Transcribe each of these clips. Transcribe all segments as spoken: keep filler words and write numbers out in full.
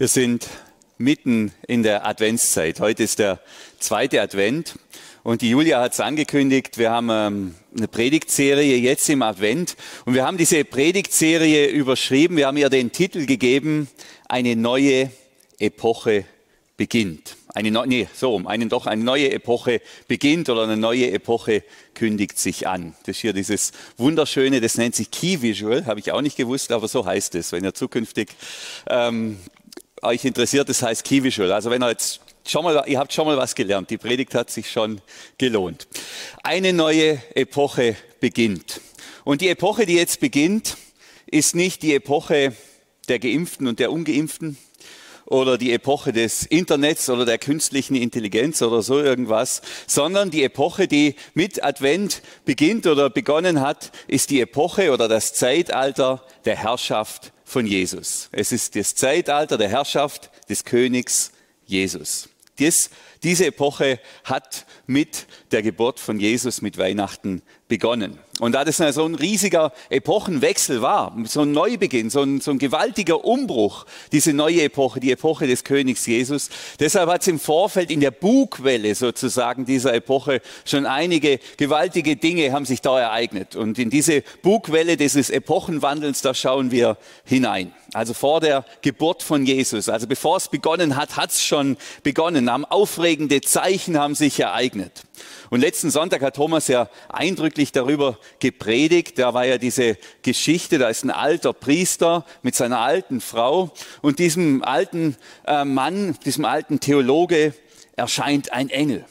Wir sind mitten in der Adventszeit. Heute ist der zweite Advent und die Julia hat es angekündigt, wir haben ähm, eine Predigtserie jetzt im Advent und wir haben diese Predigtserie überschrieben, wir haben ihr den Titel gegeben, eine neue Epoche beginnt. Eine neue, nee, so rum, eine, doch eine neue Epoche beginnt oder eine neue Epoche kündigt sich an. Das ist hier dieses wunderschöne, das nennt sich Key Visual, habe ich auch nicht gewusst, aber so heißt es, wenn ihr zukünftig ähm, euch interessiert, das heißt Key Visual. Also wenn ihr jetzt schon mal, ihr habt schon mal was gelernt, die Predigt hat sich schon gelohnt. Eine neue Epoche beginnt. Und die Epoche, die jetzt beginnt, ist nicht die Epoche der Geimpften und der Ungeimpften oder die Epoche des Internets oder der künstlichen Intelligenz oder so irgendwas, sondern die Epoche, die mit Advent beginnt oder begonnen hat, ist die Epoche oder das Zeitalter der Herrschaft von Jesus. Es ist das Zeitalter der Herrschaft des Königs Jesus. Dies, diese Epoche hat mit der Geburt von Jesus, mit Weihnachten begonnen. Und da das so ein riesiger Epochenwechsel war, so ein Neubeginn, so ein, so ein gewaltiger Umbruch, diese neue Epoche, die Epoche des Königs Jesus, deshalb hat es im Vorfeld in der Bugwelle sozusagen dieser Epoche schon einige gewaltige Dinge haben sich da ereignet. Und in diese Bugwelle dieses Epochenwandels, da schauen wir hinein. Also vor der Geburt von Jesus, also bevor es begonnen hat, hat es schon begonnen. Haben aufregende Zeichen haben sich ereignet. Und letzten Sonntag hat Thomas ja eindrücklich darüber gepredigt. Da war ja diese Geschichte, da ist ein alter Priester mit seiner alten Frau und diesem alten äh, Mann, diesem alten Theologe erscheint ein Engel.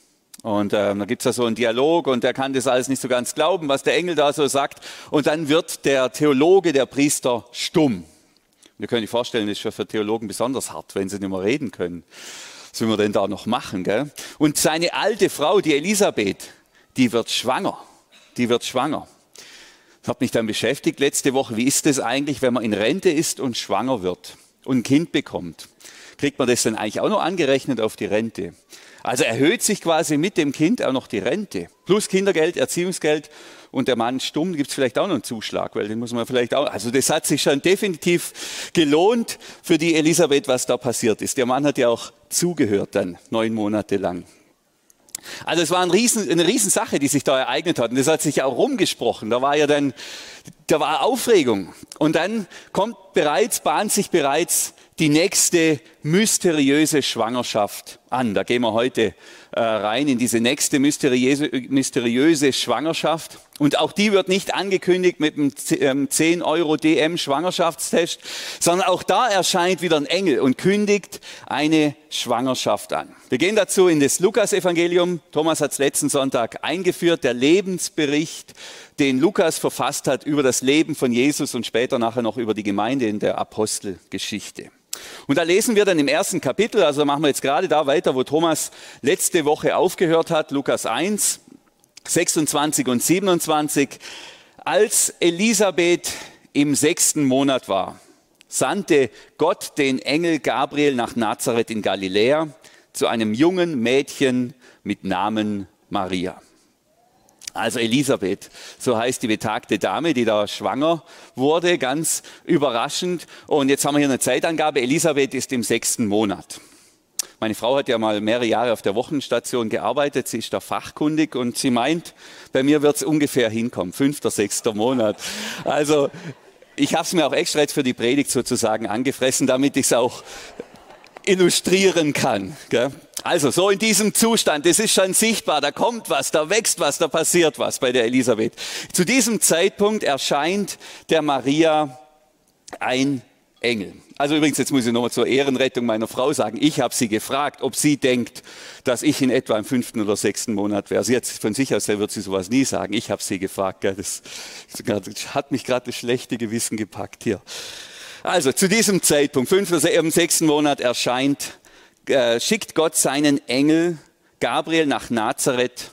Und äh, da gibt es ja so einen Dialog und der kann das alles nicht so ganz glauben, was der Engel da so sagt. Und dann wird der Theologe, der Priester, stumm. Wir können uns vorstellen, das ist ja für Theologen besonders hart, wenn sie nicht mehr reden können. Was will man denn da noch machen? Gell? Und seine alte Frau, die Elisabeth, die wird schwanger. Die wird schwanger. Das hat mich dann beschäftigt letzte Woche. Wie ist das eigentlich, wenn man in Rente ist und schwanger wird und ein Kind bekommt? Kriegt man das dann eigentlich auch noch angerechnet auf die Rente? Also erhöht sich quasi mit dem Kind auch noch die Rente. Plus Kindergeld, Erziehungsgeld und der Mann stumm, gibt es vielleicht auch noch einen Zuschlag, weil den muss man vielleicht auch, also das hat sich schon definitiv gelohnt für die Elisabeth, was da passiert ist. Der Mann hat ja auch zugehört dann, neun Monate lang. Also es war ein Riesen, eine Riesensache, die sich da ereignet hat und das hat sich auch rumgesprochen. Da war ja dann, da war Aufregung und dann kommt bereits, bahnt sich bereits die nächste mysteriöse Schwangerschaft an. Da gehen wir heute äh, rein in diese nächste mysteriöse, mysteriöse Schwangerschaft. Und auch die wird nicht angekündigt mit einem zehn Euro D M Schwangerschaftstest, sondern auch da erscheint wieder ein Engel und kündigt eine Schwangerschaft an. Wir gehen dazu in das Lukas-Evangelium. Thomas hat es letzten Sonntag eingeführt, der Lebensbericht, den Lukas verfasst hat über das Leben von Jesus und später nachher noch über die Gemeinde in der Apostelgeschichte. Und da lesen wir dann im ersten Kapitel, also machen wir jetzt gerade da weiter, wo Thomas letzte Woche aufgehört hat, Lukas eins, sechsundzwanzig und siebenundzwanzig. Als Elisabeth im sechsten Monat war, sandte Gott den Engel Gabriel nach Nazareth in Galiläa zu einem jungen Mädchen mit Namen Maria. Also Elisabeth, so heißt die betagte Dame, die da schwanger wurde, ganz überraschend. Und jetzt haben wir hier eine Zeitangabe, Elisabeth ist im sechsten Monat. Meine Frau hat ja mal mehrere Jahre auf der Wochenstation gearbeitet, sie ist da fachkundig und sie meint, bei mir wird es ungefähr hinkommen, fünfter, sechster Monat. Also ich habe es mir auch extra jetzt für die Predigt sozusagen angefressen, damit ich es auch illustrieren kann. Gell? Also so in diesem Zustand, das ist schon sichtbar, da kommt was, da wächst was, da passiert was bei der Elisabeth. Zu diesem Zeitpunkt erscheint der Maria ein Engel. Also übrigens, jetzt muss ich nochmal zur Ehrenrettung meiner Frau sagen, ich habe sie gefragt, ob sie denkt, dass ich in etwa im fünften oder sechsten Monat wäre. Sie hat von sich aus, wird sie sowas nie sagen. Ich habe sie gefragt, gell? Das hat mich gerade das schlechte Gewissen gepackt hier. Also zu diesem Zeitpunkt, fünften oder im sechsten Monat erscheint Äh, schickt Gott seinen Engel Gabriel nach Nazareth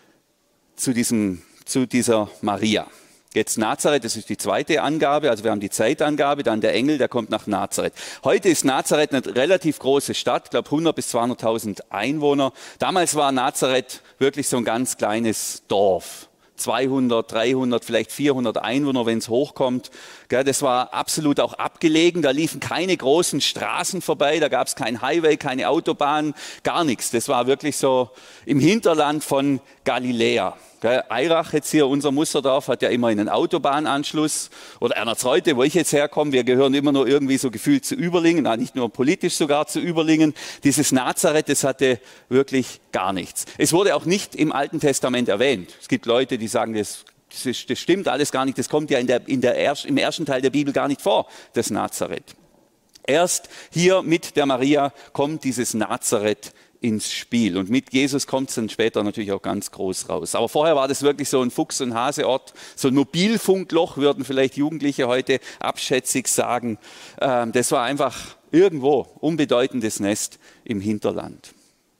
zu, diesem, zu dieser Maria. Jetzt Nazareth, das ist die zweite Angabe, also wir haben die Zeitangabe, dann der Engel, der kommt nach Nazareth. Heute ist Nazareth eine relativ große Stadt, ich glaube hundert bis zweihunderttausend Einwohner. Damals war Nazareth wirklich so ein ganz kleines Dorf. zweihundert, dreihundert, vielleicht vierhundert Einwohner, wenn es hochkommt. Das war absolut auch abgelegen, da liefen keine großen Straßen vorbei, da gab es kein Highway, keine Autobahn, gar nichts. Das war wirklich so im Hinterland von Galiläa. Eirach, jetzt hier, unser Musterdorf, hat ja immer einen Autobahnanschluss. Oder Ernerzreute, wo ich jetzt herkomme, wir gehören immer nur irgendwie so gefühlt zu Überlingen, nicht nur politisch sogar zu Überlingen. Dieses Nazareth, das hatte wirklich gar nichts. Es wurde auch nicht im Alten Testament erwähnt. Es gibt Leute, die sagen, das, das, das stimmt alles gar nicht, das kommt ja in der, in der erst, im ersten Teil der Bibel gar nicht vor, das Nazareth. Erst hier mit der Maria kommt dieses Nazareth ins Spiel. Und mit Jesus kommt es dann später natürlich auch ganz groß raus. Aber vorher war das wirklich so ein Fuchs- und Haseort, so ein Mobilfunkloch, würden vielleicht Jugendliche heute abschätzig sagen. Das war einfach irgendwo unbedeutendes Nest im Hinterland.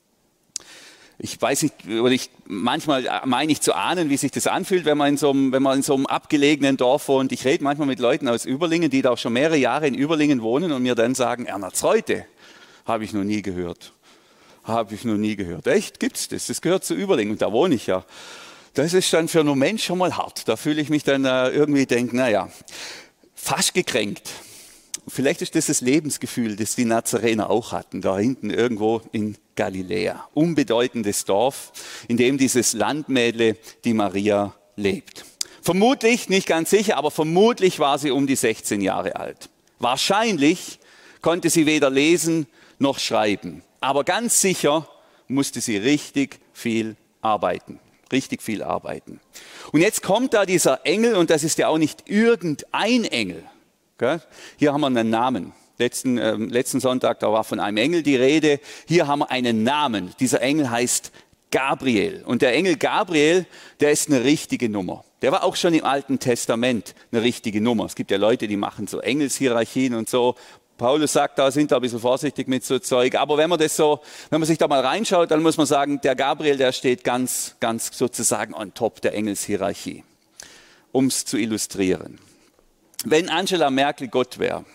Ich weiß nicht, oder ich, manchmal meine ich zu ahnen, wie sich das anfühlt, wenn man in so einem, wenn man in so einem abgelegenen Dorf wohnt. Ich rede manchmal mit Leuten aus Überlingen, die da auch schon mehrere Jahre in Überlingen wohnen und mir dann sagen, Ernerzreute habe ich noch nie gehört. Habe ich noch nie gehört. Echt? Gibt's das? Das gehört zu Überlingen und da wohne ich ja. Das ist dann für einen Moment schon mal hart. Da fühle ich mich dann äh, irgendwie, denke, naja, fast gekränkt. Vielleicht ist das das Lebensgefühl, das die Nazarener auch hatten, da hinten irgendwo in Galiläa. Unbedeutendes Dorf, in dem dieses Landmädle, die Maria, lebt. Vermutlich, nicht ganz sicher, aber vermutlich war sie um die sechzehn Jahre alt. Wahrscheinlich konnte sie weder lesen noch schreiben. Aber ganz sicher musste sie richtig viel arbeiten. Richtig viel arbeiten. Und jetzt kommt da dieser Engel, und das ist ja auch nicht irgendein Engel. Gell? Hier haben wir einen Namen. Letzten, äh, letzten Sonntag, da war von einem Engel die Rede. Hier haben wir einen Namen. Dieser Engel heißt Gabriel. Und der Engel Gabriel, der ist eine richtige Nummer. Der war auch schon im Alten Testament eine richtige Nummer. Es gibt ja Leute, die machen so Engelshierarchien und so. Paulus sagt, da sind da ein bisschen vorsichtig mit so Zeug. Aber wenn man das so, wenn man sich da mal reinschaut, dann muss man sagen, der Gabriel, der steht ganz, ganz sozusagen on top der Engelshierarchie. Um es zu illustrieren. Wenn Angela Merkel Gott wäre,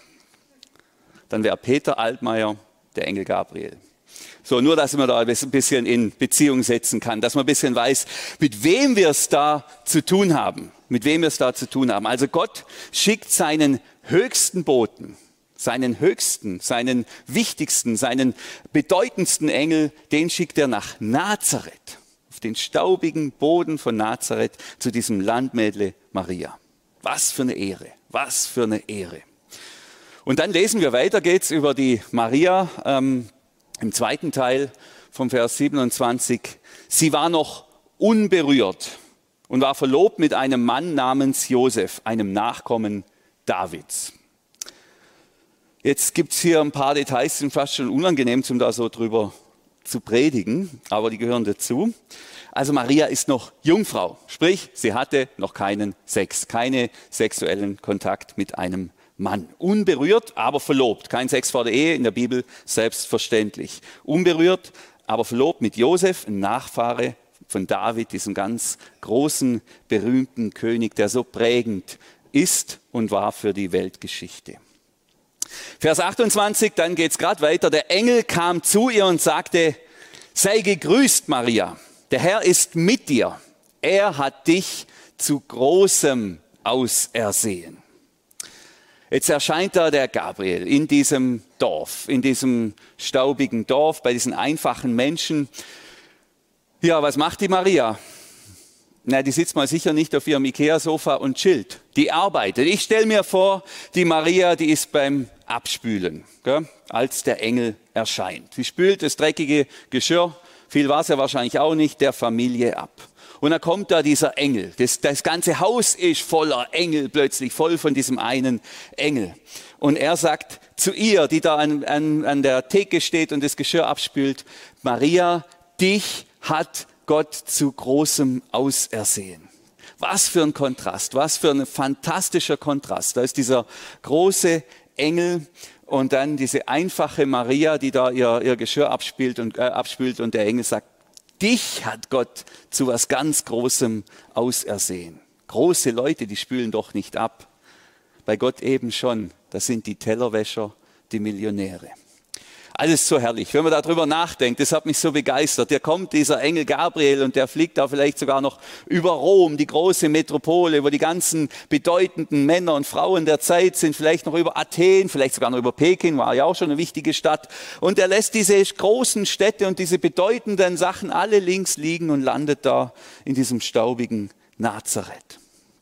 dann wäre Peter Altmaier der Engel Gabriel. So, nur, dass man da ein bisschen in Beziehung setzen kann, dass man ein bisschen weiß, mit wem wir es da zu tun haben. Mit wem wir es da zu tun haben. Also Gott schickt seinen höchsten Boten, seinen höchsten, seinen wichtigsten, seinen bedeutendsten Engel, den schickt er nach Nazareth, auf den staubigen Boden von Nazareth, zu diesem Landmädle Maria. Was für eine Ehre, was für eine Ehre. Und dann lesen wir weiter, geht's über die Maria ähm, im zweiten Teil vom Vers siebenundzwanzig. Sie war noch unberührt und war verlobt mit einem Mann namens Josef, einem Nachkommen Davids. Jetzt gibt es hier ein paar Details, die sind fast schon unangenehm, um da so drüber zu predigen, aber die gehören dazu. Also Maria ist noch Jungfrau, sprich, sie hatte noch keinen Sex, keinen sexuellen Kontakt mit einem Mann. Unberührt, aber verlobt. Kein Sex vor der Ehe, in der Bibel selbstverständlich. Unberührt, aber verlobt mit Josef, ein Nachfahre von David, diesem ganz großen, berühmten König, der so prägend ist und war für die Weltgeschichte. Vers achtundzwanzig, dann geht es gerade weiter. Der Engel kam zu ihr und sagte, sei gegrüßt, Maria, der Herr ist mit dir. Er hat dich zu Großem ausersehen. Jetzt erscheint da der Gabriel in diesem Dorf, in diesem staubigen Dorf, bei diesen einfachen Menschen. Ja, was macht die Maria? Na, die sitzt mal sicher nicht auf ihrem Ikea-Sofa und chillt. Die arbeitet. Ich stelle mir vor, die Maria, die ist beim Abspülen, gell, als der Engel erscheint. Sie spült das dreckige Geschirr, viel war es ja wahrscheinlich auch nicht, der Familie ab. Und dann kommt da dieser Engel. Das, das ganze Haus ist voller Engel plötzlich, voll von diesem einen Engel. Und er sagt zu ihr, die da an, an, an der Theke steht und das Geschirr abspült, Maria, dich hat Gott zu Großem ausersehen. Was für ein Kontrast, was für ein fantastischer Kontrast. Da ist dieser große Engel und dann diese einfache Maria, die da ihr, ihr Geschirr abspült und, äh, abspült und der Engel sagt, dich hat Gott zu was ganz Großem ausersehen. Große Leute, die spülen doch nicht ab. Bei Gott eben schon. Das sind die Tellerwäscher, die Millionäre. Alles so herrlich, wenn man darüber nachdenkt, das hat mich so begeistert. Der kommt, dieser Engel Gabriel, und der fliegt da vielleicht sogar noch über Rom, die große Metropole, wo die ganzen bedeutenden Männer und Frauen der Zeit sind, vielleicht noch über Athen, vielleicht sogar noch über Peking, war ja auch schon eine wichtige Stadt. Und er lässt diese großen Städte und diese bedeutenden Sachen alle links liegen und landet da in diesem staubigen Nazareth.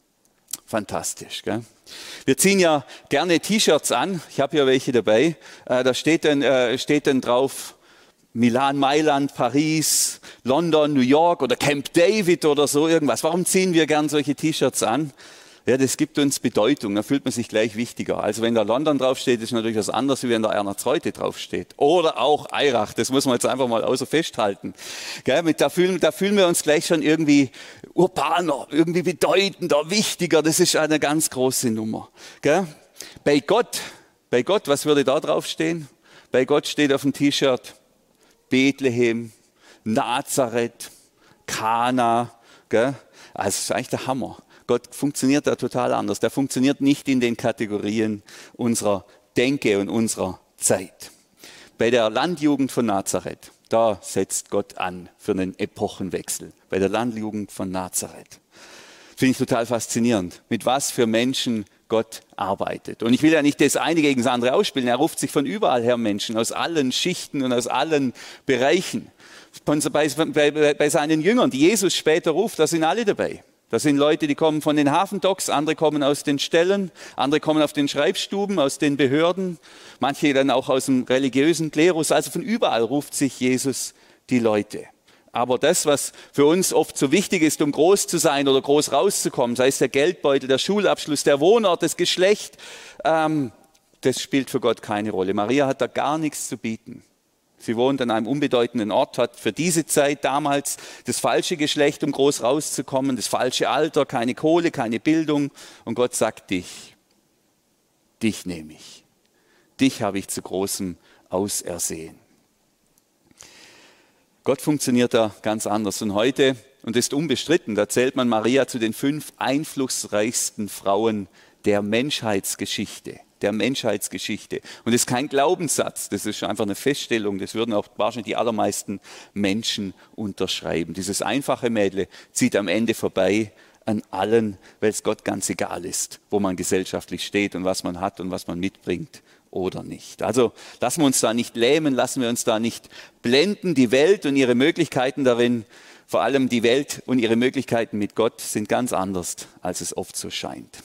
Fantastisch, gell? Wir ziehen ja gerne T-Shirts an. Ich habe hier welche dabei. Äh, da steht dann, äh, steht dann drauf Milan, Mailand, Paris, London, New York oder Camp David oder so irgendwas. Warum ziehen wir gern solche T-Shirts an? Ja, das gibt uns Bedeutung. Da fühlt man sich gleich wichtiger. Also wenn da London draufsteht, ist natürlich was anderes, wie wenn da Erna Zeute draufsteht. Oder auch Eirach. Das muss man jetzt einfach mal außer festhalten. Gell, mit, da, fühlen, da fühlen wir uns gleich schon irgendwie urbaner, irgendwie bedeutender, wichtiger. Das ist eine ganz große Nummer. Gell? Bei Gott, bei Gott, was würde da draufstehen? Bei Gott steht auf dem T-Shirt Bethlehem, Nazareth, Kana. Gell? Also das ist eigentlich der Hammer. Gott funktioniert da total anders. Der funktioniert nicht in den Kategorien unserer Denke und unserer Zeit. Bei der Landjugend von Nazareth, da setzt Gott an für einen Epochenwechsel. Bei der Landjugend von Nazareth. Finde ich total faszinierend, mit was für Menschen Gott arbeitet. Und ich will ja nicht das eine gegen das andere ausspielen. Er ruft sich von überall her Menschen, aus allen Schichten und aus allen Bereichen. Bei, bei, bei seinen Jüngern, die Jesus später ruft, da sind alle dabei. Das sind Leute, die kommen von den Hafendocks, andere kommen aus den Ställen, andere kommen auf den Schreibstuben, aus den Behörden, manche dann auch aus dem religiösen Klerus. Also von überall ruft sich Jesus die Leute. Aber das, was für uns oft so wichtig ist, um groß zu sein oder groß rauszukommen, sei es der Geldbeutel, der Schulabschluss, der Wohnort, das Geschlecht, ähm, das spielt für Gott keine Rolle. Maria hat da gar nichts zu bieten. Sie wohnt an einem unbedeutenden Ort, hat für diese Zeit damals das falsche Geschlecht, um groß rauszukommen, das falsche Alter, keine Kohle, keine Bildung. Und Gott sagt, dich, dich nehme ich. Dich habe ich zu Großem ausersehen. Gott funktioniert da ganz anders. Und heute, und das ist unbestritten, da zählt man Maria zu den fünf einflussreichsten Frauen der Menschheitsgeschichte. Der Menschheitsgeschichte. Und das ist kein Glaubenssatz, das ist einfach eine Feststellung, das würden auch wahrscheinlich die allermeisten Menschen unterschreiben. Dieses einfache Mädle zieht am Ende vorbei an allen, weil es Gott ganz egal ist, wo man gesellschaftlich steht und was man hat und was man mitbringt oder nicht. Also lassen wir uns da nicht lähmen, lassen wir uns da nicht blenden. Die Welt und ihre Möglichkeiten darin, vor allem die Welt und ihre Möglichkeiten mit Gott sind ganz anders, als es oft so scheint.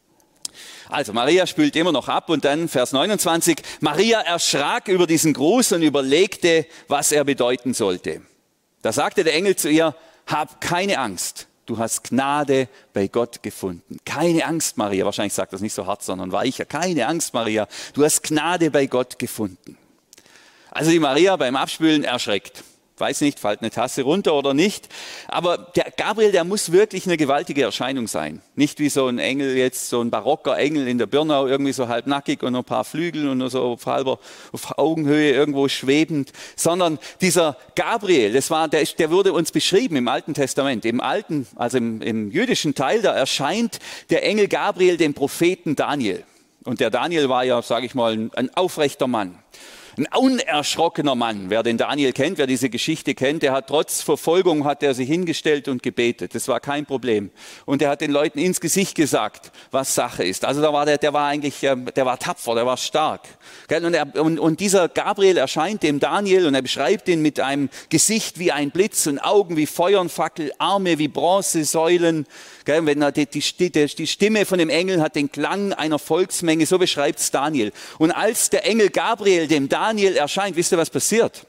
Also Maria spült immer noch ab und dann Vers neunundzwanzig. Maria erschrak über diesen Gruß und überlegte, was er bedeuten sollte. Da sagte der Engel zu ihr, hab keine Angst, du hast Gnade bei Gott gefunden. Keine Angst, Maria. Wahrscheinlich sagt das nicht so hart, sondern weicher. Keine Angst, Maria, du hast Gnade bei Gott gefunden. Also die Maria beim Abspülen erschreckt. Weiß nicht, fällt eine Tasse runter oder nicht. Aber der Gabriel, der muss wirklich eine gewaltige Erscheinung sein. Nicht wie so ein Engel jetzt, so ein barocker Engel in der Birnau, irgendwie so halbnackig und ein paar Flügel und nur so auf halber auf Augenhöhe irgendwo schwebend. Sondern dieser Gabriel, das war, der, der wurde uns beschrieben im Alten Testament. Im Alten, also im, im jüdischen Teil, da erscheint der Engel Gabriel dem Propheten Daniel. Und der Daniel war ja, sage ich mal, ein, ein aufrechter Mann. Ein unerschrockener Mann, wer den Daniel kennt, wer diese Geschichte kennt, der hat trotz Verfolgung, hat er sich hingestellt und gebetet. Das war kein Problem. Und er hat den Leuten ins Gesicht gesagt, was Sache ist. Also da war der, der war eigentlich, der war tapfer, der war stark. Und, er, und, und dieser Gabriel erscheint dem Daniel und er beschreibt ihn mit einem Gesicht wie ein Blitz und Augen wie Feuer und Fackel, Arme wie Bronzesäulen. Wenn er die, die, die Stimme von dem Engel hat den Klang einer Volksmenge, so beschreibt es Daniel. Und als der Engel Gabriel dem Daniel erscheint, wisst ihr, was passiert?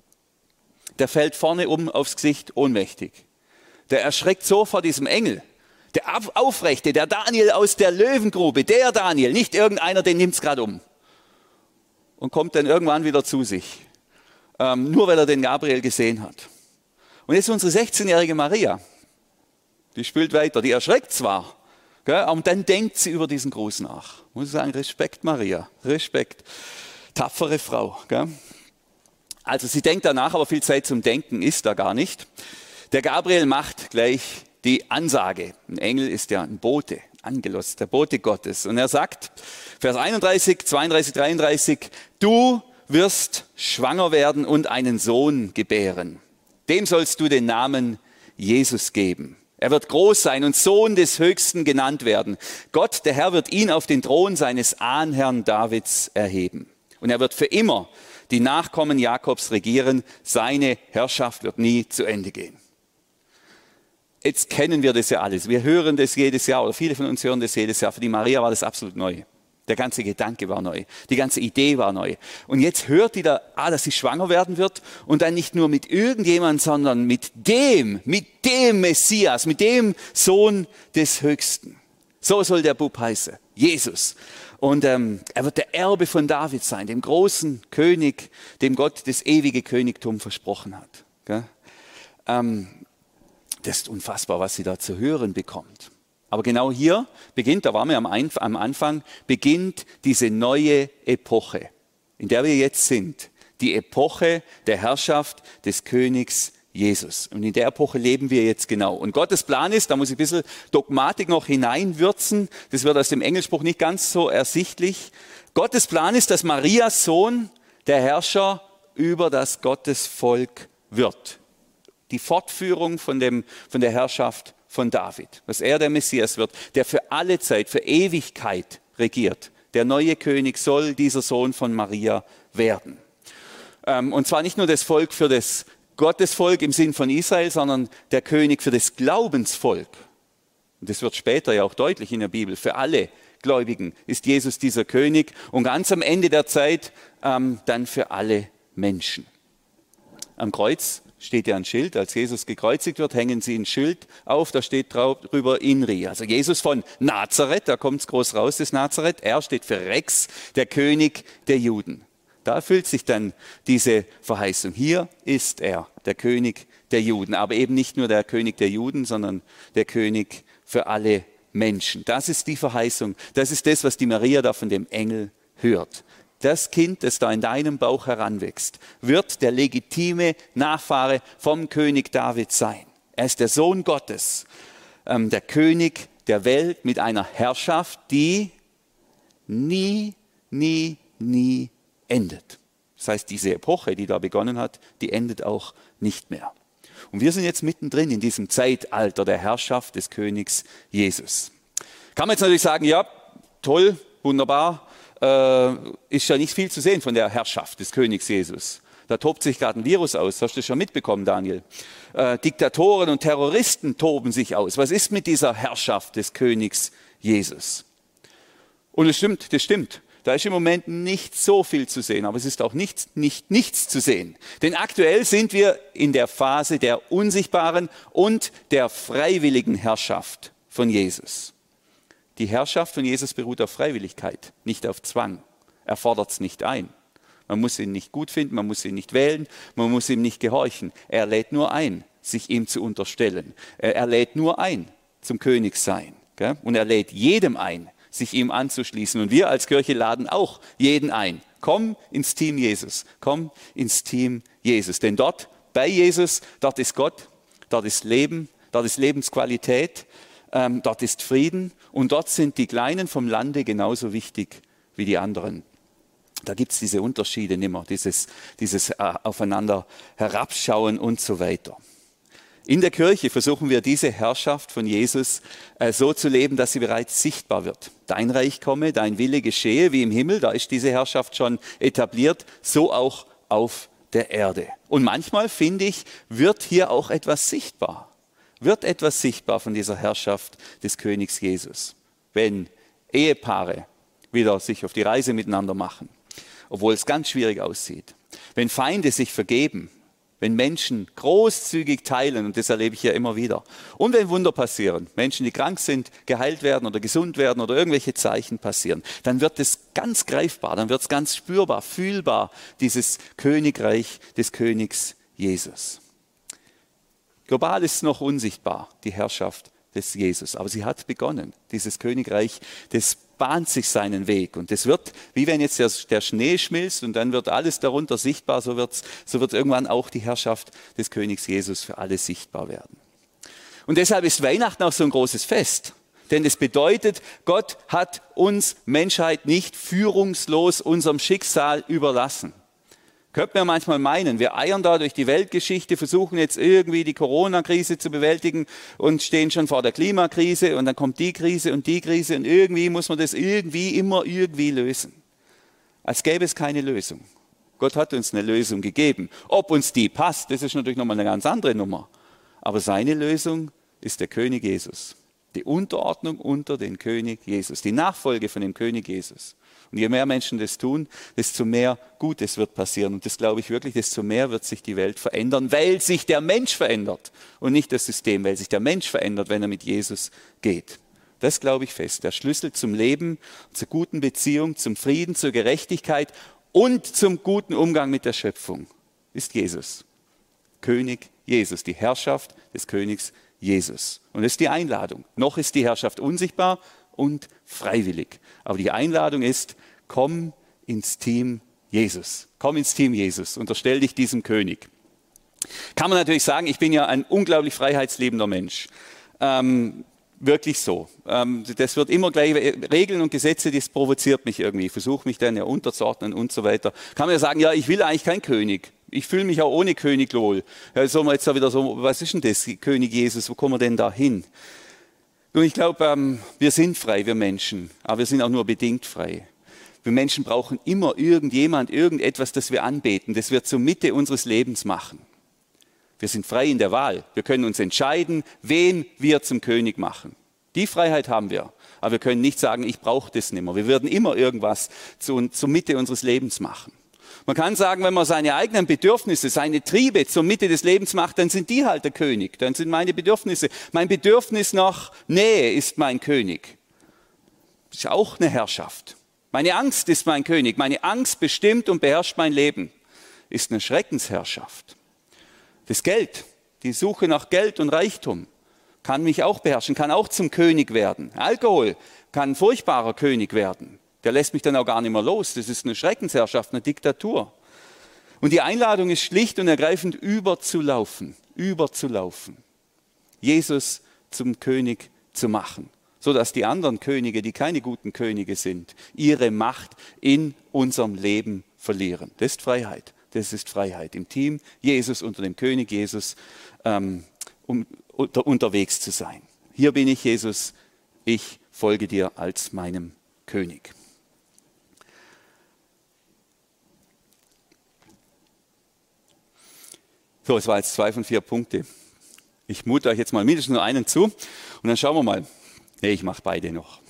Der fällt vorne um aufs Gesicht ohnmächtig. Der erschreckt so vor diesem Engel. Der Aufrechte, der Daniel aus der Löwengrube, der Daniel, nicht irgendeiner, den nimmt es gerade um. Und kommt dann irgendwann wieder zu sich. Ähm, nur weil er den Gabriel gesehen hat. Und jetzt unsere sechzehnjährige Maria. Die spült weiter, die erschreckt zwar, gell, und dann denkt sie über diesen Gruß nach. Ich muss sagen, Respekt Maria, Respekt. Tapfere Frau. Gell. Also sie denkt danach, aber viel Zeit zum Denken ist da gar nicht. Der Gabriel macht gleich die Ansage. Ein Engel ist ja ein Bote, Angelos, der Bote Gottes. Und er sagt, Vers einunddreißig, zweiunddreißig, dreiunddreißig, du wirst schwanger werden und einen Sohn gebären. Dem sollst du den Namen Jesus geben. Er wird groß sein und Sohn des Höchsten genannt werden. Gott, der Herr, wird ihn auf den Thron seines Ahnherrn Davids erheben. Und er wird für immer die Nachkommen Jakobs regieren. Seine Herrschaft wird nie zu Ende gehen. Jetzt kennen wir das ja alles. Wir hören das jedes Jahr, oder viele von uns hören das jedes Jahr. Für die Maria war das absolut neu. Der ganze Gedanke war neu. Die ganze Idee war neu. Und jetzt hört die da, ah, dass sie schwanger werden wird. Und dann nicht nur mit irgendjemand, sondern mit dem, mit dem Messias, mit dem Sohn des Höchsten. So soll der Bub heißen. Jesus. Und ähm, er wird der Erbe von David sein, dem großen König, dem Gott das ewige Königtum versprochen hat. Gell? Ähm, das ist unfassbar, was sie da zu hören bekommt. Aber genau hier beginnt, da waren wir am Anfang, beginnt diese neue Epoche, in der wir jetzt sind. Die Epoche der Herrschaft des Königs Jesus. Und in der Epoche leben wir jetzt genau. Und Gottes Plan ist, da muss ich ein bisschen Dogmatik noch hineinwürzen, das wird aus dem Engelspruch nicht ganz so ersichtlich. Gottes Plan ist, dass Marias Sohn der Herrscher über das Gottesvolk wird. Die Fortführung von, dem, von der Herrschaft von David, dass er der Messias wird, der für alle Zeit, für Ewigkeit regiert. Der neue König soll dieser Sohn von Maria werden. Und zwar nicht nur das Volk für das Gottesvolk im Sinn von Israel, sondern der König für das Glaubensvolk. Und das wird später ja auch deutlich in der Bibel. Für alle Gläubigen ist Jesus dieser König und ganz am Ende der Zeit ähm, dann für alle Menschen. Am Kreuz steht ja ein Schild, als Jesus gekreuzigt wird, hängen sie ein Schild auf, da steht drüber Inri. Also Jesus von Nazareth, da kommt es groß raus, das Nazareth, er steht für Rex, der König der Juden. Da erfüllt sich dann diese Verheißung. Hier ist er, der König der Juden, aber eben nicht nur der König der Juden, sondern der König für alle Menschen. Das ist die Verheißung, das ist das, was die Maria da von dem Engel hört. Das Kind, das da in deinem Bauch heranwächst, wird der legitime Nachfahre vom König David sein. Er ist der Sohn Gottes, ähm, der König der Welt mit einer Herrschaft, die nie, nie, nie endet. Das heißt, diese Epoche, die da begonnen hat, die endet auch nicht mehr. Und wir sind jetzt mittendrin in diesem Zeitalter der Herrschaft des Königs Jesus. Kann man jetzt natürlich sagen, ja, toll, wunderbar, äh, ist ja nicht viel zu sehen von der Herrschaft des Königs Jesus. Da tobt sich gerade ein Virus aus, hast du schon mitbekommen, Daniel. Äh, Diktatoren und Terroristen toben sich aus. Was ist mit dieser Herrschaft des Königs Jesus? Und es stimmt, das stimmt. Da ist im Moment nicht so viel zu sehen, aber es ist auch nichts, nicht, nichts zu sehen. Denn aktuell sind wir in der Phase der unsichtbaren und der freiwilligen Herrschaft von Jesus. Die Herrschaft von Jesus beruht auf Freiwilligkeit, nicht auf Zwang. Er fordert es nicht ein. Man muss ihn nicht gut finden, man muss ihn nicht wählen, man muss ihm nicht gehorchen. Er lädt nur ein, sich ihm zu unterstellen. Er lädt nur ein, zum König sein. Und er lädt jedem ein, sich ihm anzuschließen. Und wir als Kirche laden auch jeden ein. Komm ins Team Jesus. Komm ins Team Jesus. Denn dort, bei Jesus, dort ist Gott, dort ist Leben, dort ist Lebensqualität, ähm, dort ist Frieden. Und dort sind die Kleinen vom Lande genauso wichtig wie die anderen. Da gibt es diese Unterschiede nimmer, dieses, dieses äh, Aufeinander herabschauen und so weiter. In der Kirche versuchen wir diese Herrschaft von Jesus äh, so zu leben, dass sie bereits sichtbar wird. Dein Reich komme, dein Wille geschehe, wie im Himmel, da ist diese Herrschaft schon etabliert, so auch auf der Erde. Und manchmal, finde ich, wird hier auch etwas sichtbar. Wird etwas sichtbar von dieser Herrschaft des Königs Jesus. Wenn Ehepaare wieder sich auf die Reise miteinander machen, obwohl es ganz schwierig aussieht. Wenn Feinde sich vergeben, wenn Menschen großzügig teilen, und das erlebe ich ja immer wieder. Und wenn Wunder passieren, Menschen, die krank sind, geheilt werden oder gesund werden oder irgendwelche Zeichen passieren, dann wird es ganz greifbar, dann wird es ganz spürbar, fühlbar, dieses Königreich des Königs Jesus. Global ist es noch unsichtbar, die Herrschaft des Jesus, aber sie hat begonnen. Dieses Königreich, das bahnt sich seinen Weg. Und das wird, wie wenn jetzt der, der Schnee schmilzt und dann wird alles darunter sichtbar, so, wird's, so wird irgendwann auch die Herrschaft des Königs Jesus für alle sichtbar werden. Und deshalb ist Weihnachten auch so ein großes Fest. Denn es bedeutet, Gott hat uns Menschheit nicht führungslos unserem Schicksal überlassen. Könnte man manchmal meinen, wir eiern da durch die Weltgeschichte, versuchen jetzt irgendwie die Corona-Krise zu bewältigen und stehen schon vor der Klimakrise und dann kommt die Krise und die Krise und irgendwie muss man das irgendwie immer irgendwie lösen. Als gäbe es keine Lösung. Gott hat uns eine Lösung gegeben. Ob uns die passt, das ist natürlich nochmal eine ganz andere Nummer. Aber seine Lösung ist der König Jesus. Die Unterordnung unter den König Jesus, die Nachfolge von dem König Jesus. Und je mehr Menschen das tun, desto mehr Gutes wird passieren. Und das glaube ich wirklich, desto mehr wird sich die Welt verändern, weil sich der Mensch verändert und nicht das System, weil sich der Mensch verändert, wenn er mit Jesus geht. Das glaube ich fest. Der Schlüssel zum Leben, zur guten Beziehung, zum Frieden, zur Gerechtigkeit und zum guten Umgang mit der Schöpfung ist Jesus. König Jesus, die Herrschaft des Königs Jesus. Und das ist die Einladung. Noch ist die Herrschaft unsichtbar und freiwillig. Aber die Einladung ist, komm ins Team Jesus. Komm ins Team Jesus. Unterstell dich diesem König. Kann man natürlich sagen, ich bin ja ein unglaublich freiheitsliebender Mensch. Ähm, wirklich so. Ähm, das wird immer gleich, Regeln und Gesetze, das provoziert mich irgendwie. Ich versuche mich dann ja unterzuordnen und so weiter. Kann man ja sagen, ja, ich will eigentlich kein König. Ich fühle mich auch ohne König wohl. Ja, soll man jetzt da wieder so, was ist denn das, König Jesus, wo kommen wir denn da hin? Nun, ich glaube, ähm, wir sind frei, wir Menschen, aber wir sind auch nur bedingt frei. Wir Menschen brauchen immer irgendjemand, irgendetwas, das wir anbeten, das wir zur Mitte unseres Lebens machen. Wir sind frei in der Wahl. Wir können uns entscheiden, wen wir zum König machen. Die Freiheit haben wir. Aber wir können nicht sagen, ich brauche das nicht mehr. Wir werden immer irgendwas zu, zur Mitte unseres Lebens machen. Man kann sagen, wenn man seine eigenen Bedürfnisse, seine Triebe zur Mitte des Lebens macht, dann sind die halt der König. Dann sind meine Bedürfnisse. Mein Bedürfnis nach Nähe ist mein König. Das ist auch eine Herrschaft. Meine Angst ist mein König. Meine Angst bestimmt und beherrscht mein Leben. Ist eine Schreckensherrschaft. Das Geld, die Suche nach Geld und Reichtum kann mich auch beherrschen, kann auch zum König werden. Alkohol kann ein furchtbarer König werden. Der lässt mich dann auch gar nicht mehr los. Das ist eine Schreckensherrschaft, eine Diktatur. Und die Einladung ist schlicht und ergreifend, überzulaufen, überzulaufen. Jesus zum König zu machen, sodass die anderen Könige, die keine guten Könige sind, ihre Macht in unserem Leben verlieren. Das ist Freiheit. Das ist Freiheit. Im Team Jesus, unter dem König Jesus, ähm, um unter, unterwegs zu sein. Hier bin ich, Jesus, ich folge dir als meinem König. So, es war jetzt zwei von vier Punkte. Ich mute euch jetzt mal mindestens nur einen zu und dann schauen wir mal. Nee, ich mache beide noch.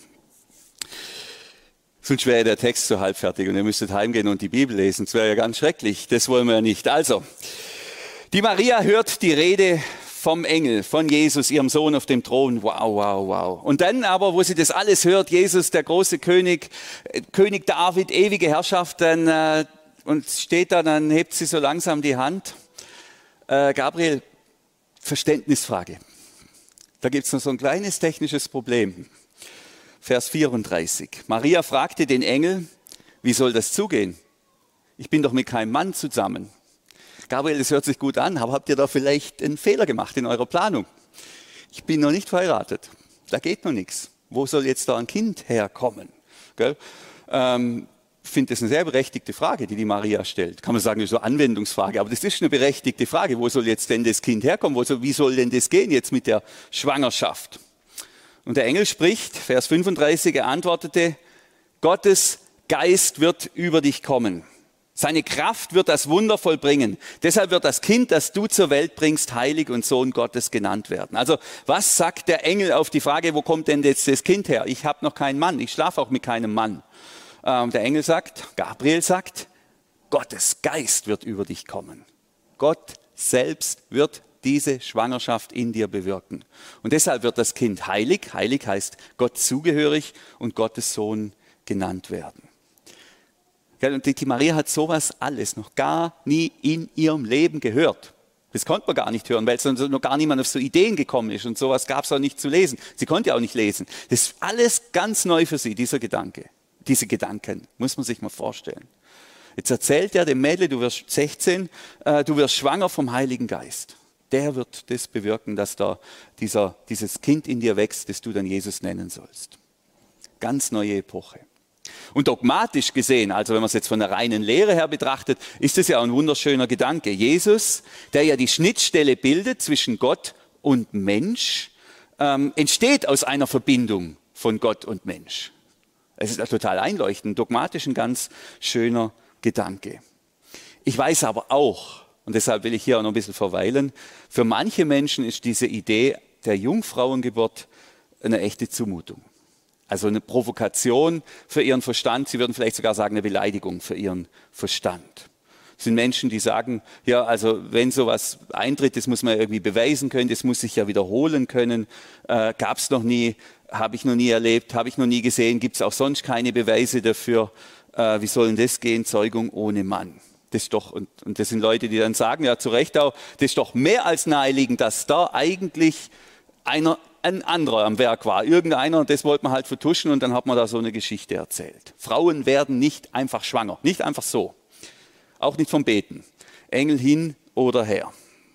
Sonst wäre der Text so halbfertig und ihr müsstet heimgehen und die Bibel lesen. Das wäre ja ganz schrecklich. Das wollen wir ja nicht. Also, die Maria hört die Rede vom Engel, von Jesus, ihrem Sohn auf dem Thron. Wow, wow, wow. Und dann aber, wo sie das alles hört, Jesus, der große König, König David, ewige Herrschaft, dann, äh, und steht da, dann hebt sie so langsam die Hand. Äh, Gabriel, Verständnisfrage. Da gibt es noch so ein kleines technisches Problem. Vers vierunddreißig. Maria fragte den Engel, wie soll das zugehen? Ich bin doch mit keinem Mann zusammen. Gabriel, das hört sich gut an, aber habt ihr da vielleicht einen Fehler gemacht in eurer Planung? Ich bin noch nicht verheiratet. Da geht noch nichts. Wo soll jetzt da ein Kind herkommen? Gell? Ähm, Ich finde das eine sehr berechtigte Frage, die die Maria stellt. Kann man sagen, so eine Anwendungsfrage, aber das ist eine berechtigte Frage. Wo soll jetzt denn das Kind herkommen? Wo soll, wie soll denn das gehen jetzt mit der Schwangerschaft? Und der Engel spricht, Vers fünfunddreißig, er antwortete, Gottes Geist wird über dich kommen. Seine Kraft wird das Wunder vollbringen. Deshalb wird das Kind, das du zur Welt bringst, heilig und Sohn Gottes genannt werden. Also was sagt der Engel auf die Frage, wo kommt denn jetzt das Kind her? Ich habe noch keinen Mann, ich schlafe auch mit keinem Mann. Ähm, der Engel sagt, Gabriel sagt, Gottes Geist wird über dich kommen. Gott selbst wird diese Schwangerschaft in dir bewirken. Und deshalb wird das Kind heilig, heilig heißt Gott zugehörig und Gottes Sohn genannt werden. Und die Maria hat sowas alles noch gar nie in ihrem Leben gehört. Das konnte man gar nicht hören, weil sonst noch gar niemand auf so Ideen gekommen ist und sowas gab es auch nicht zu lesen. Sie konnte ja auch nicht lesen. Das ist alles ganz neu für sie, dieser Gedanke. Diese Gedanken, muss man sich mal vorstellen. Jetzt erzählt er dem Mädel, du wirst sechzehn, äh, du wirst schwanger vom Heiligen Geist. Der wird das bewirken, dass da dieser, dieses Kind in dir wächst, das du dann Jesus nennen sollst. Ganz neue Epoche. Und dogmatisch gesehen, also wenn man es jetzt von der reinen Lehre her betrachtet, ist es ja ein wunderschöner Gedanke. Jesus, der ja die Schnittstelle bildet zwischen Gott und Mensch, ähm, entsteht aus einer Verbindung von Gott und Mensch. Es ist total einleuchtend, dogmatisch ein ganz schöner Gedanke. Ich weiß aber auch, und deshalb will ich hier auch noch ein bisschen verweilen, für manche Menschen ist diese Idee der Jungfrauengeburt eine echte Zumutung. Also eine Provokation für ihren Verstand, sie würden vielleicht sogar sagen, eine Beleidigung für ihren Verstand. Es sind Menschen, die sagen, ja, also wenn sowas eintritt, das muss man irgendwie beweisen können, das muss sich ja wiederholen können, äh, gab es noch nie, habe ich noch nie erlebt, habe ich noch nie gesehen, gibt es auch sonst keine Beweise dafür, äh, wie soll denn das gehen, Zeugung ohne Mann. Das ist doch, und, und das sind Leute, die dann sagen, ja zu Recht auch, das ist doch mehr als naheliegend, dass da eigentlich einer ein anderer am Werk war. Irgendeiner, das wollte man halt vertuschen und dann hat man da so eine Geschichte erzählt. Frauen werden nicht einfach schwanger, nicht einfach so. Auch nicht vom Beten. Engel hin oder her.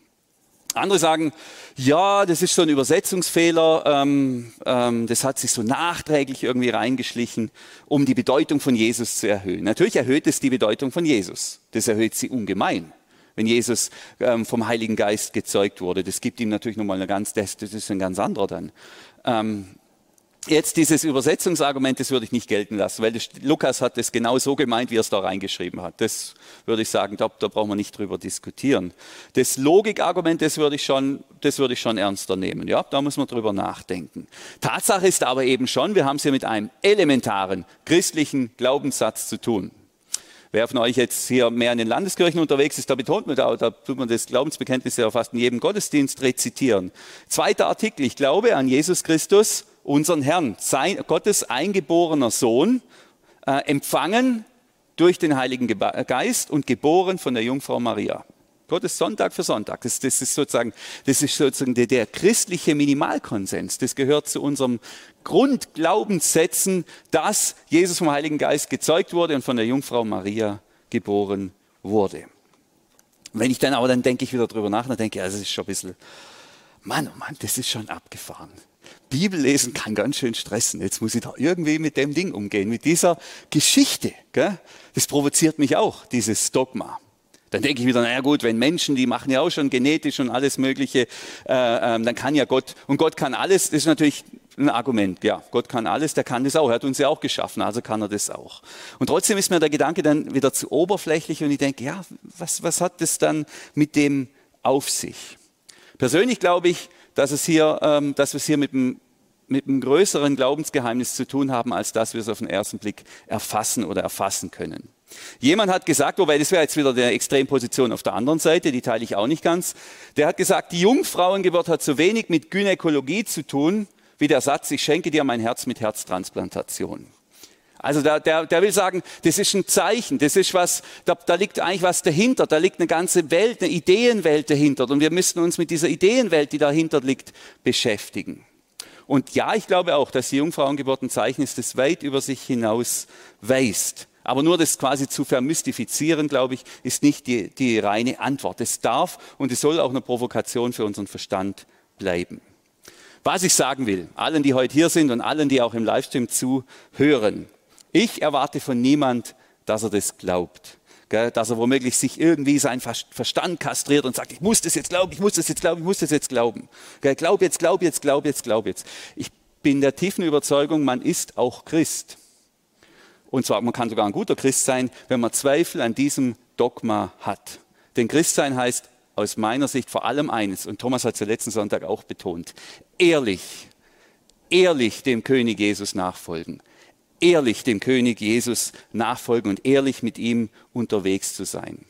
Andere sagen, ja, das ist so ein Übersetzungsfehler, ähm, ähm, das hat sich so nachträglich irgendwie reingeschlichen, um die Bedeutung von Jesus zu erhöhen. Natürlich erhöht es die Bedeutung von Jesus. Das erhöht sie ungemein. Wenn Jesus ähm, vom Heiligen Geist gezeugt wurde, das gibt ihm natürlich nochmal eine ganz, das, das ist ein ganz anderer dann. Ähm, jetzt dieses Übersetzungsargument, das würde ich nicht gelten lassen, weil das, Lukas hat das genau so gemeint, wie er es da reingeschrieben hat. Das würde ich sagen, da, da brauchen wir nicht drüber diskutieren. Das Logikargument, das würde ich schon, das würde ich schon ernster nehmen. Ja, da muss man drüber nachdenken. Tatsache ist aber eben schon, wir haben es hier mit einem elementaren christlichen Glaubenssatz zu tun. Wer von euch jetzt hier mehr in den Landeskirchen unterwegs ist, da betont man da, da tut man das Glaubensbekenntnis ja fast in jedem Gottesdienst rezitieren. Zweiter Artikel, ich glaube an Jesus Christus, unseren Herrn, sein, Gottes eingeborener Sohn, äh, empfangen durch den Heiligen Geist und geboren von der Jungfrau Maria. Gottes Sonntag für Sonntag. Das, das ist sozusagen, das ist sozusagen der, der christliche Minimalkonsens. Das gehört zu unserem Grundglaubenssätzen, dass Jesus vom Heiligen Geist gezeugt wurde und von der Jungfrau Maria geboren wurde. Wenn ich dann aber dann denke ich wieder drüber nach, dann denke ich, ja, das ist schon ein bisschen, Mann, oh Mann, das ist schon abgefahren. Bibel lesen kann ganz schön stressen. Jetzt muss ich da irgendwie mit dem Ding umgehen, mit dieser Geschichte. Gell? Das provoziert mich auch, dieses Dogma. Dann denke ich wieder, naja gut, wenn Menschen, die machen ja auch schon genetisch und alles Mögliche, äh, ähm, dann kann ja Gott, und Gott kann alles, das ist natürlich ein Argument, ja, Gott kann alles, der kann das auch, er hat uns ja auch geschaffen, also kann er das auch. Und trotzdem ist mir der Gedanke dann wieder zu oberflächlich und ich denke, ja, was, was hat das dann mit dem auf sich? Persönlich glaube ich, dass, es hier, ähm, dass wir es hier mit einem, mit einem größeren Glaubensgeheimnis zu tun haben, als dass wir es auf den ersten Blick erfassen oder erfassen können. Jemand hat gesagt, wobei das wäre jetzt wieder eine Extremposition auf der anderen Seite, die teile ich auch nicht ganz, der hat gesagt, die Jungfrauengeburt hat so wenig mit Gynäkologie zu tun, wie der Satz, ich schenke dir mein Herz mit Herztransplantation. Also der, der, der will sagen, das ist ein Zeichen, das ist was, da, da liegt eigentlich was dahinter, da liegt eine ganze Welt, eine Ideenwelt dahinter und wir müssen uns mit dieser Ideenwelt, die dahinter liegt, beschäftigen. Und ja, ich glaube auch, dass die Jungfrauengeburt ein Zeichen ist, das weit über sich hinaus weist. Aber nur das quasi zu vermystifizieren, glaube ich, ist nicht die, die reine Antwort. Es darf und es soll auch eine Provokation für unseren Verstand bleiben. Was ich sagen will, allen, die heute hier sind und allen, die auch im Livestream zuhören, ich erwarte von niemand, dass er das glaubt. Gell? Dass er womöglich sich irgendwie seinen Verstand kastriert und sagt, ich muss das jetzt glauben, ich muss das jetzt glauben, ich muss das jetzt glauben. Gell? Glaub jetzt, glaub jetzt, glaub jetzt, glaub jetzt. Ich bin der tiefen Überzeugung, man ist auch Christ. Und zwar, man kann sogar ein guter Christ sein, wenn man Zweifel an diesem Dogma hat. Denn Christsein heißt aus meiner Sicht vor allem eines, und Thomas hat es ja letzten Sonntag auch betont, ehrlich, ehrlich dem König Jesus nachfolgen. Ehrlich dem König Jesus nachfolgen und ehrlich mit ihm unterwegs zu sein.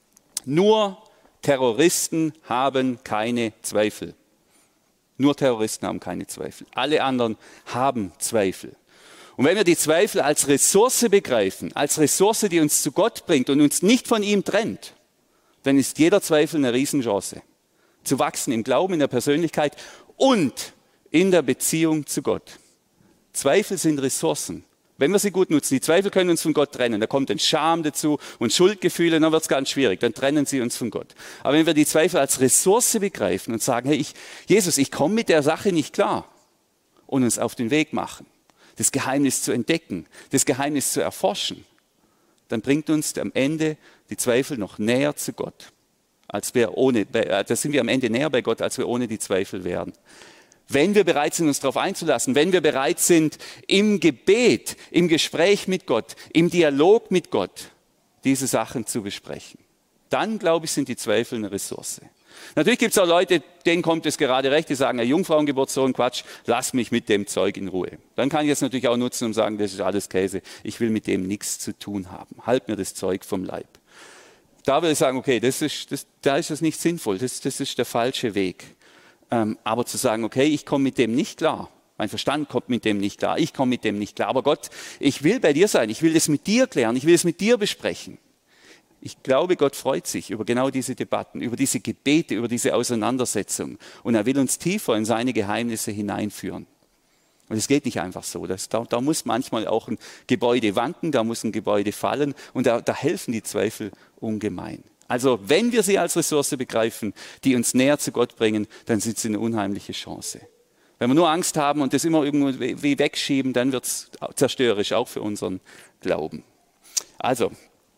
Nur Terroristen haben keine Zweifel. Nur Terroristen haben keine Zweifel. Alle anderen haben Zweifel. Und wenn wir die Zweifel als Ressource begreifen, als Ressource, die uns zu Gott bringt und uns nicht von ihm trennt, dann ist jeder Zweifel eine Riesenchance, zu wachsen im Glauben, in der Persönlichkeit und in der Beziehung zu Gott. Zweifel sind Ressourcen, wenn wir sie gut nutzen. Die Zweifel können uns von Gott trennen. Da kommt ein Scham dazu und Schuldgefühle, dann wird es ganz schwierig, dann trennen sie uns von Gott. Aber wenn wir die Zweifel als Ressource begreifen und sagen, hey, ich, Jesus, ich komme mit der Sache nicht klar und uns auf den Weg machen, das Geheimnis zu entdecken, das Geheimnis zu erforschen, dann bringt uns am Ende die Zweifel noch näher zu Gott, als wir ohne, da sind wir am Ende näher bei Gott, als wir ohne die Zweifel wären. Wenn wir bereit sind, uns darauf einzulassen, wenn wir bereit sind, im Gebet, im Gespräch mit Gott, im Dialog mit Gott, diese Sachen zu besprechen, dann, glaube ich, sind die Zweifel eine Ressource. Natürlich gibt es auch Leute, denen kommt es gerade recht, die sagen, ja, Jungfrauengeburt, so ein Quatsch, lass mich mit dem Zeug in Ruhe. Dann kann ich es natürlich auch nutzen und sagen, das ist alles Käse, ich will mit dem nichts zu tun haben. Halt mir das Zeug vom Leib. Da will ich sagen, okay, das ist, das, da ist das nicht sinnvoll, das, das ist der falsche Weg. Ähm, aber zu sagen, okay, ich komme mit dem nicht klar, mein Verstand kommt mit dem nicht klar, ich komme mit dem nicht klar, aber Gott, ich will bei dir sein, ich will das mit dir klären, ich will es mit dir besprechen. Ich glaube, Gott freut sich über genau diese Debatten, über diese Gebete, über diese Auseinandersetzung. Und er will uns tiefer in seine Geheimnisse hineinführen. Und es geht nicht einfach so. Das, da, da muss manchmal auch ein Gebäude wanken, da muss ein Gebäude fallen. Und da, da helfen die Zweifel ungemein. Also wenn wir sie als Ressource begreifen, die uns näher zu Gott bringen, dann sind sie eine unheimliche Chance. Wenn wir nur Angst haben und das immer irgendwie wegschieben, dann wird es zerstörerisch, auch für unseren Glauben. Also,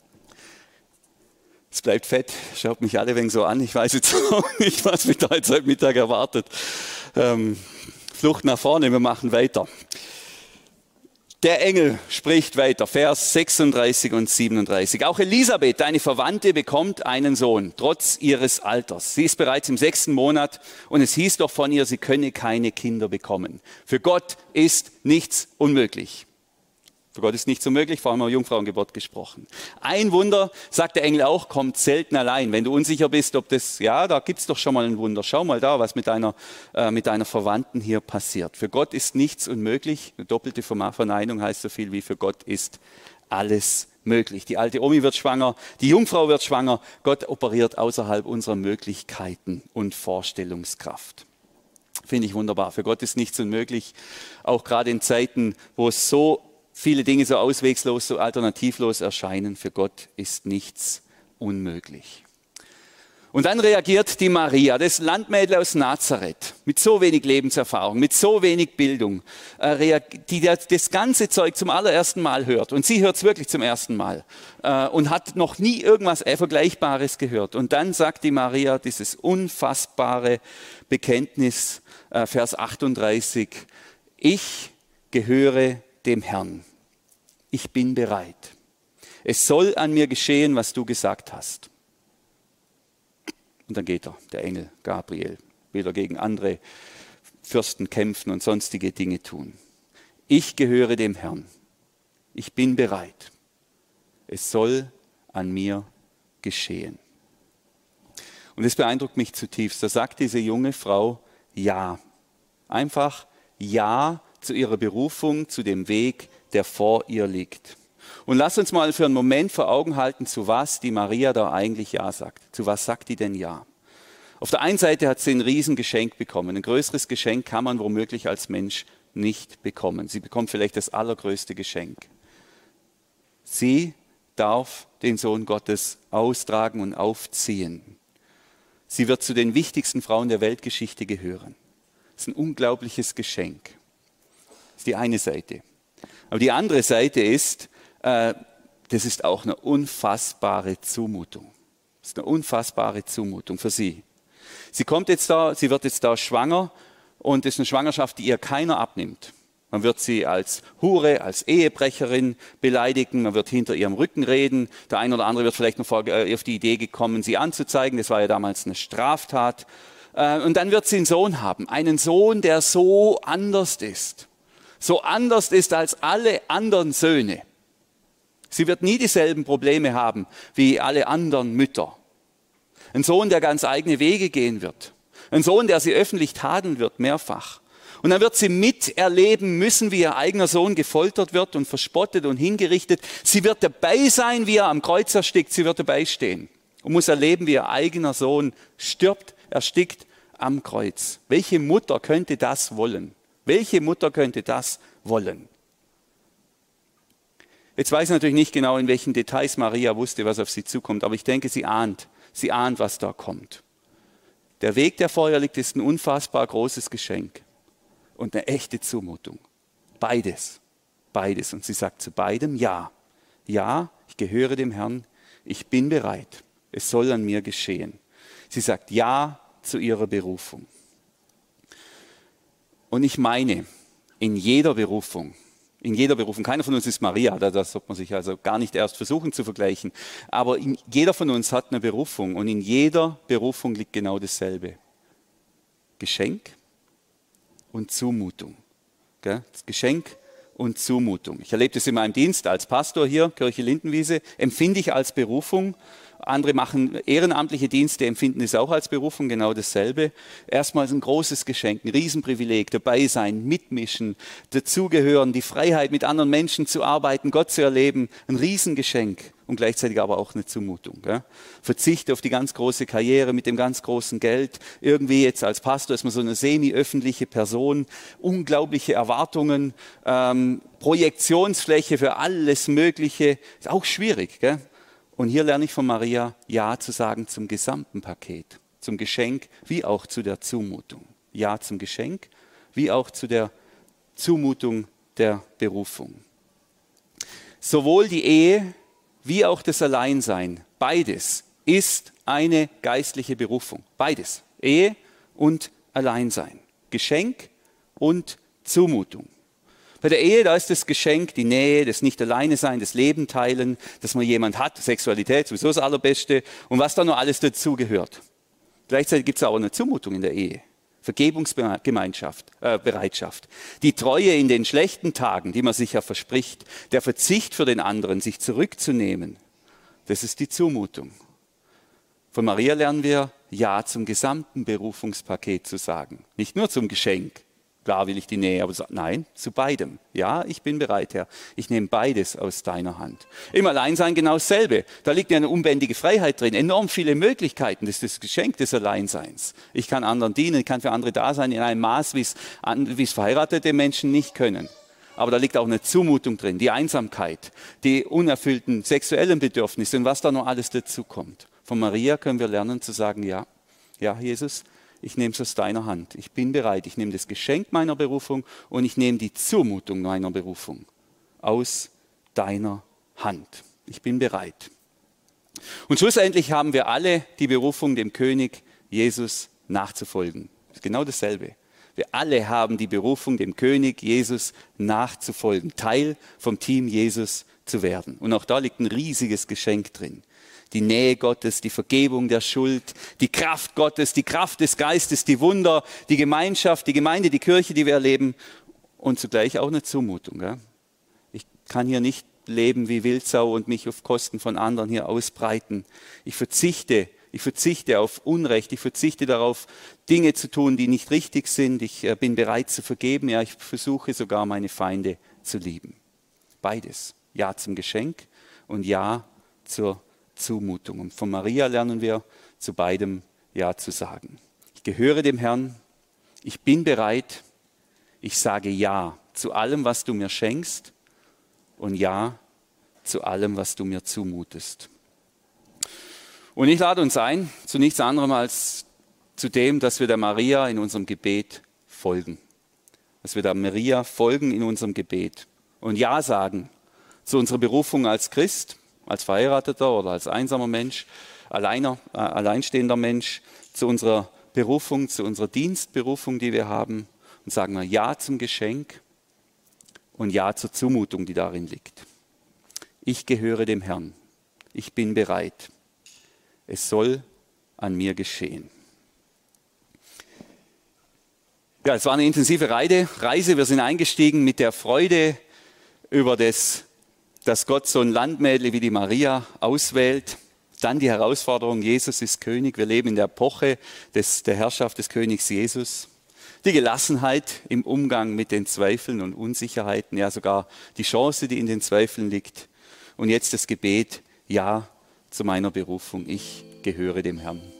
es bleibt fett, schaut mich alle wenig so an. Ich weiß jetzt auch nicht, was mich da jetzt heute Mittag erwartet. Ähm, Flucht nach vorne, wir machen weiter. Der Engel spricht weiter, Vers sechsunddreißig und siebenunddreißig. Auch Elisabeth, deine Verwandte, bekommt einen Sohn, trotz ihres Alters. Sie ist bereits im sechsten Monat und es hieß doch von ihr, sie könne keine Kinder bekommen. Für Gott ist nichts unmöglich. Für Gott ist nichts unmöglich, vor allem über Jungfrauengeburt gesprochen. Ein Wunder, sagt der Engel auch, kommt selten allein. Wenn du unsicher bist, ob das, ja, da gibt es doch schon mal ein Wunder. Schau mal da, was mit deiner, äh, mit deiner Verwandten hier passiert. Für Gott ist nichts unmöglich. Eine doppelte Verneinung heißt so viel wie für Gott ist alles möglich. Die alte Omi wird schwanger, die Jungfrau wird schwanger. Gott operiert außerhalb unserer Möglichkeiten und Vorstellungskraft. Finde ich wunderbar. Für Gott ist nichts unmöglich. Auch gerade in Zeiten, wo es so viele Dinge so auswegslos, so alternativlos erscheinen, für Gott ist nichts unmöglich. Und dann reagiert die Maria, das Landmädel aus Nazareth, mit so wenig Lebenserfahrung, mit so wenig Bildung, die das ganze Zeug zum allerersten Mal hört. Und sie hört es wirklich zum ersten Mal und hat noch nie irgendwas Vergleichbares gehört. Und dann sagt die Maria dieses unfassbare Bekenntnis, Vers achtunddreißig, ich gehöre dem Herrn. Ich bin bereit. Es soll an mir geschehen, was du gesagt hast. Und dann geht er, der Engel Gabriel, will er gegen andere Fürsten kämpfen und sonstige Dinge tun. Ich gehöre dem Herrn. Ich bin bereit. Es soll an mir geschehen. Und es beeindruckt mich zutiefst. Da sagt diese junge Frau Ja. Einfach Ja zu ihrer Berufung, zu dem Weg, der vor ihr liegt. Und lass uns mal für einen Moment vor Augen halten, zu was die Maria da eigentlich Ja sagt. Zu was sagt die denn Ja? Auf der einen Seite hat sie ein Riesengeschenk bekommen. Ein größeres Geschenk kann man womöglich als Mensch nicht bekommen. Sie bekommt vielleicht das allergrößte Geschenk. Sie darf den Sohn Gottes austragen und aufziehen. Sie wird zu den wichtigsten Frauen der Weltgeschichte gehören. Das ist ein unglaubliches Geschenk. Das ist die eine Seite. Aber die andere Seite ist, äh, das ist auch eine unfassbare Zumutung. Das ist eine unfassbare Zumutung für sie. Sie kommt jetzt da, sie wird jetzt da schwanger und das ist eine Schwangerschaft, die ihr keiner abnimmt. Man wird sie als Hure, als Ehebrecherin beleidigen, man wird hinter ihrem Rücken reden. Der eine oder andere wird vielleicht noch auf die Idee gekommen, sie anzuzeigen. Das war ja damals eine Straftat. Und dann wird sie einen Sohn haben, einen Sohn, der so anders ist. So anders ist als alle anderen Söhne. Sie wird nie dieselben Probleme haben wie alle anderen Mütter. Ein Sohn, der ganz eigene Wege gehen wird. Ein Sohn, der sie öffentlich tadeln wird, mehrfach. Und dann wird sie miterleben müssen, wie ihr eigener Sohn gefoltert wird und verspottet und hingerichtet. Sie wird dabei sein, wie er am Kreuz erstickt. Sie wird dabei stehen und muss erleben, wie ihr eigener Sohn stirbt, erstickt am Kreuz. Welche Mutter könnte das wollen? Welche Mutter könnte das wollen? Jetzt weiß ich natürlich nicht genau, in welchen Details Maria wusste, was auf sie zukommt, aber ich denke, sie ahnt, sie ahnt, was da kommt. Der Weg, der vor ihr liegt, ist ein unfassbar großes Geschenk und eine echte Zumutung. Beides. beides. Und sie sagt zu beidem ja. Ja, ich gehöre dem Herrn, ich bin bereit, es soll an mir geschehen. Sie sagt ja zu ihrer Berufung. Und ich meine, in jeder Berufung, in jeder Berufung, keiner von uns ist Maria, da sollte man sich also gar nicht erst versuchen zu vergleichen, aber in, jeder von uns hat eine Berufung und in jeder Berufung liegt genau dasselbe. Geschenk und Zumutung. Gell? Das Geschenk und Zumutung. Ich erlebe das in meinem Dienst als Pastor hier, Kirche Lindenwiese, empfinde ich als Berufung. Andere machen ehrenamtliche Dienste, empfinden es auch als Berufung, genau dasselbe. Erstmals ein großes Geschenk, ein Riesenprivileg, dabei sein, mitmischen, dazugehören, die Freiheit, mit anderen Menschen zu arbeiten, Gott zu erleben, ein Riesengeschenk und gleichzeitig aber auch eine Zumutung. Gell? Verzicht auf die ganz große Karriere mit dem ganz großen Geld. Irgendwie jetzt als Pastor ist man so eine semi-öffentliche Person, unglaubliche Erwartungen, ähm, Projektionsfläche für alles Mögliche. Ist auch schwierig, gell? Und hier lerne ich von Maria, Ja zu sagen zum gesamten Paket, zum Geschenk wie auch zu der Zumutung. Ja zum Geschenk wie auch zu der Zumutung der Berufung. Sowohl die Ehe wie auch das Alleinsein, beides ist eine geistliche Berufung. Beides, Ehe und Alleinsein, Geschenk und Zumutung. Bei der Ehe, da ist das Geschenk, die Nähe, das Nicht-Alleine-Sein, das Leben teilen, dass man jemand hat, Sexualität, sowieso das Allerbeste und was da noch alles dazugehört. Gleichzeitig gibt es auch eine Zumutung in der Ehe, Vergebungsgemeinschaft, äh, Bereitschaft, die Treue in den schlechten Tagen, die man sich ja verspricht, der Verzicht für den anderen, sich zurückzunehmen, das ist die Zumutung. Von Maria lernen wir, Ja zum gesamten Berufungspaket zu sagen, nicht nur zum Geschenk. Klar will ich die Nähe, aber nein, zu beidem. Ja, ich bin bereit, Herr. Ich nehme beides aus deiner Hand. Im Alleinsein genau dasselbe. Da liegt ja eine unbändige Freiheit drin, enorm viele Möglichkeiten. Das ist das Geschenk des Alleinseins. Ich kann anderen dienen, ich kann für andere da sein in einem Maß, wie es verheiratete Menschen nicht können. Aber da liegt auch eine Zumutung drin, die Einsamkeit, die unerfüllten sexuellen Bedürfnisse und was da noch alles dazu kommt. Von Maria können wir lernen zu sagen, ja, ja, Jesus, ich nehme es aus deiner Hand. Ich bin bereit. Ich nehme das Geschenk meiner Berufung und ich nehme die Zumutung meiner Berufung aus deiner Hand. Ich bin bereit. Und schlussendlich haben wir alle die Berufung, dem König Jesus nachzufolgen. Das ist genau dasselbe. Wir alle haben die Berufung, dem König Jesus nachzufolgen, Teil vom Team Jesus zu werden. Und auch da liegt ein riesiges Geschenk drin. Die Nähe Gottes, die Vergebung der Schuld, die Kraft Gottes, die Kraft des Geistes, die Wunder, die Gemeinschaft, die Gemeinde, die Kirche, die wir erleben und zugleich auch eine Zumutung. Gell? Ich kann hier nicht leben wie Wildsau und mich auf Kosten von anderen hier ausbreiten. Ich verzichte, ich verzichte auf Unrecht, ich verzichte darauf, Dinge zu tun, die nicht richtig sind. Ich bin bereit zu vergeben, ja, ich versuche sogar meine Feinde zu lieben. Beides, Ja zum Geschenk und Ja zur Zumutung. Und von Maria lernen wir, zu beidem Ja zu sagen. Ich gehöre dem Herrn, ich bin bereit, ich sage Ja zu allem, was du mir schenkst und Ja zu allem, was du mir zumutest. Und ich lade uns ein, zu nichts anderem als zu dem, dass wir der Maria in unserem Gebet folgen. Dass wir der Maria folgen in unserem Gebet und Ja sagen zu unserer Berufung als Christ, als Verheirateter oder als einsamer Mensch, alleiner, äh, alleinstehender Mensch, zu unserer Berufung, zu unserer Dienstberufung, die wir haben und sagen wir Ja zum Geschenk und Ja zur Zumutung, die darin liegt. Ich gehöre dem Herrn. Ich bin bereit. Es soll an mir geschehen. Ja, es war eine intensive Reise. Wir sind eingestiegen mit der Freude über das, dass Gott so ein Landmädel wie die Maria auswählt. Dann die Herausforderung, Jesus ist König. Wir leben in der Epoche des, der Herrschaft des Königs Jesus. Die Gelassenheit im Umgang mit den Zweifeln und Unsicherheiten, ja sogar die Chance, die in den Zweifeln liegt. Und jetzt das Gebet, Ja zu meiner Berufung. Ich gehöre dem Herrn.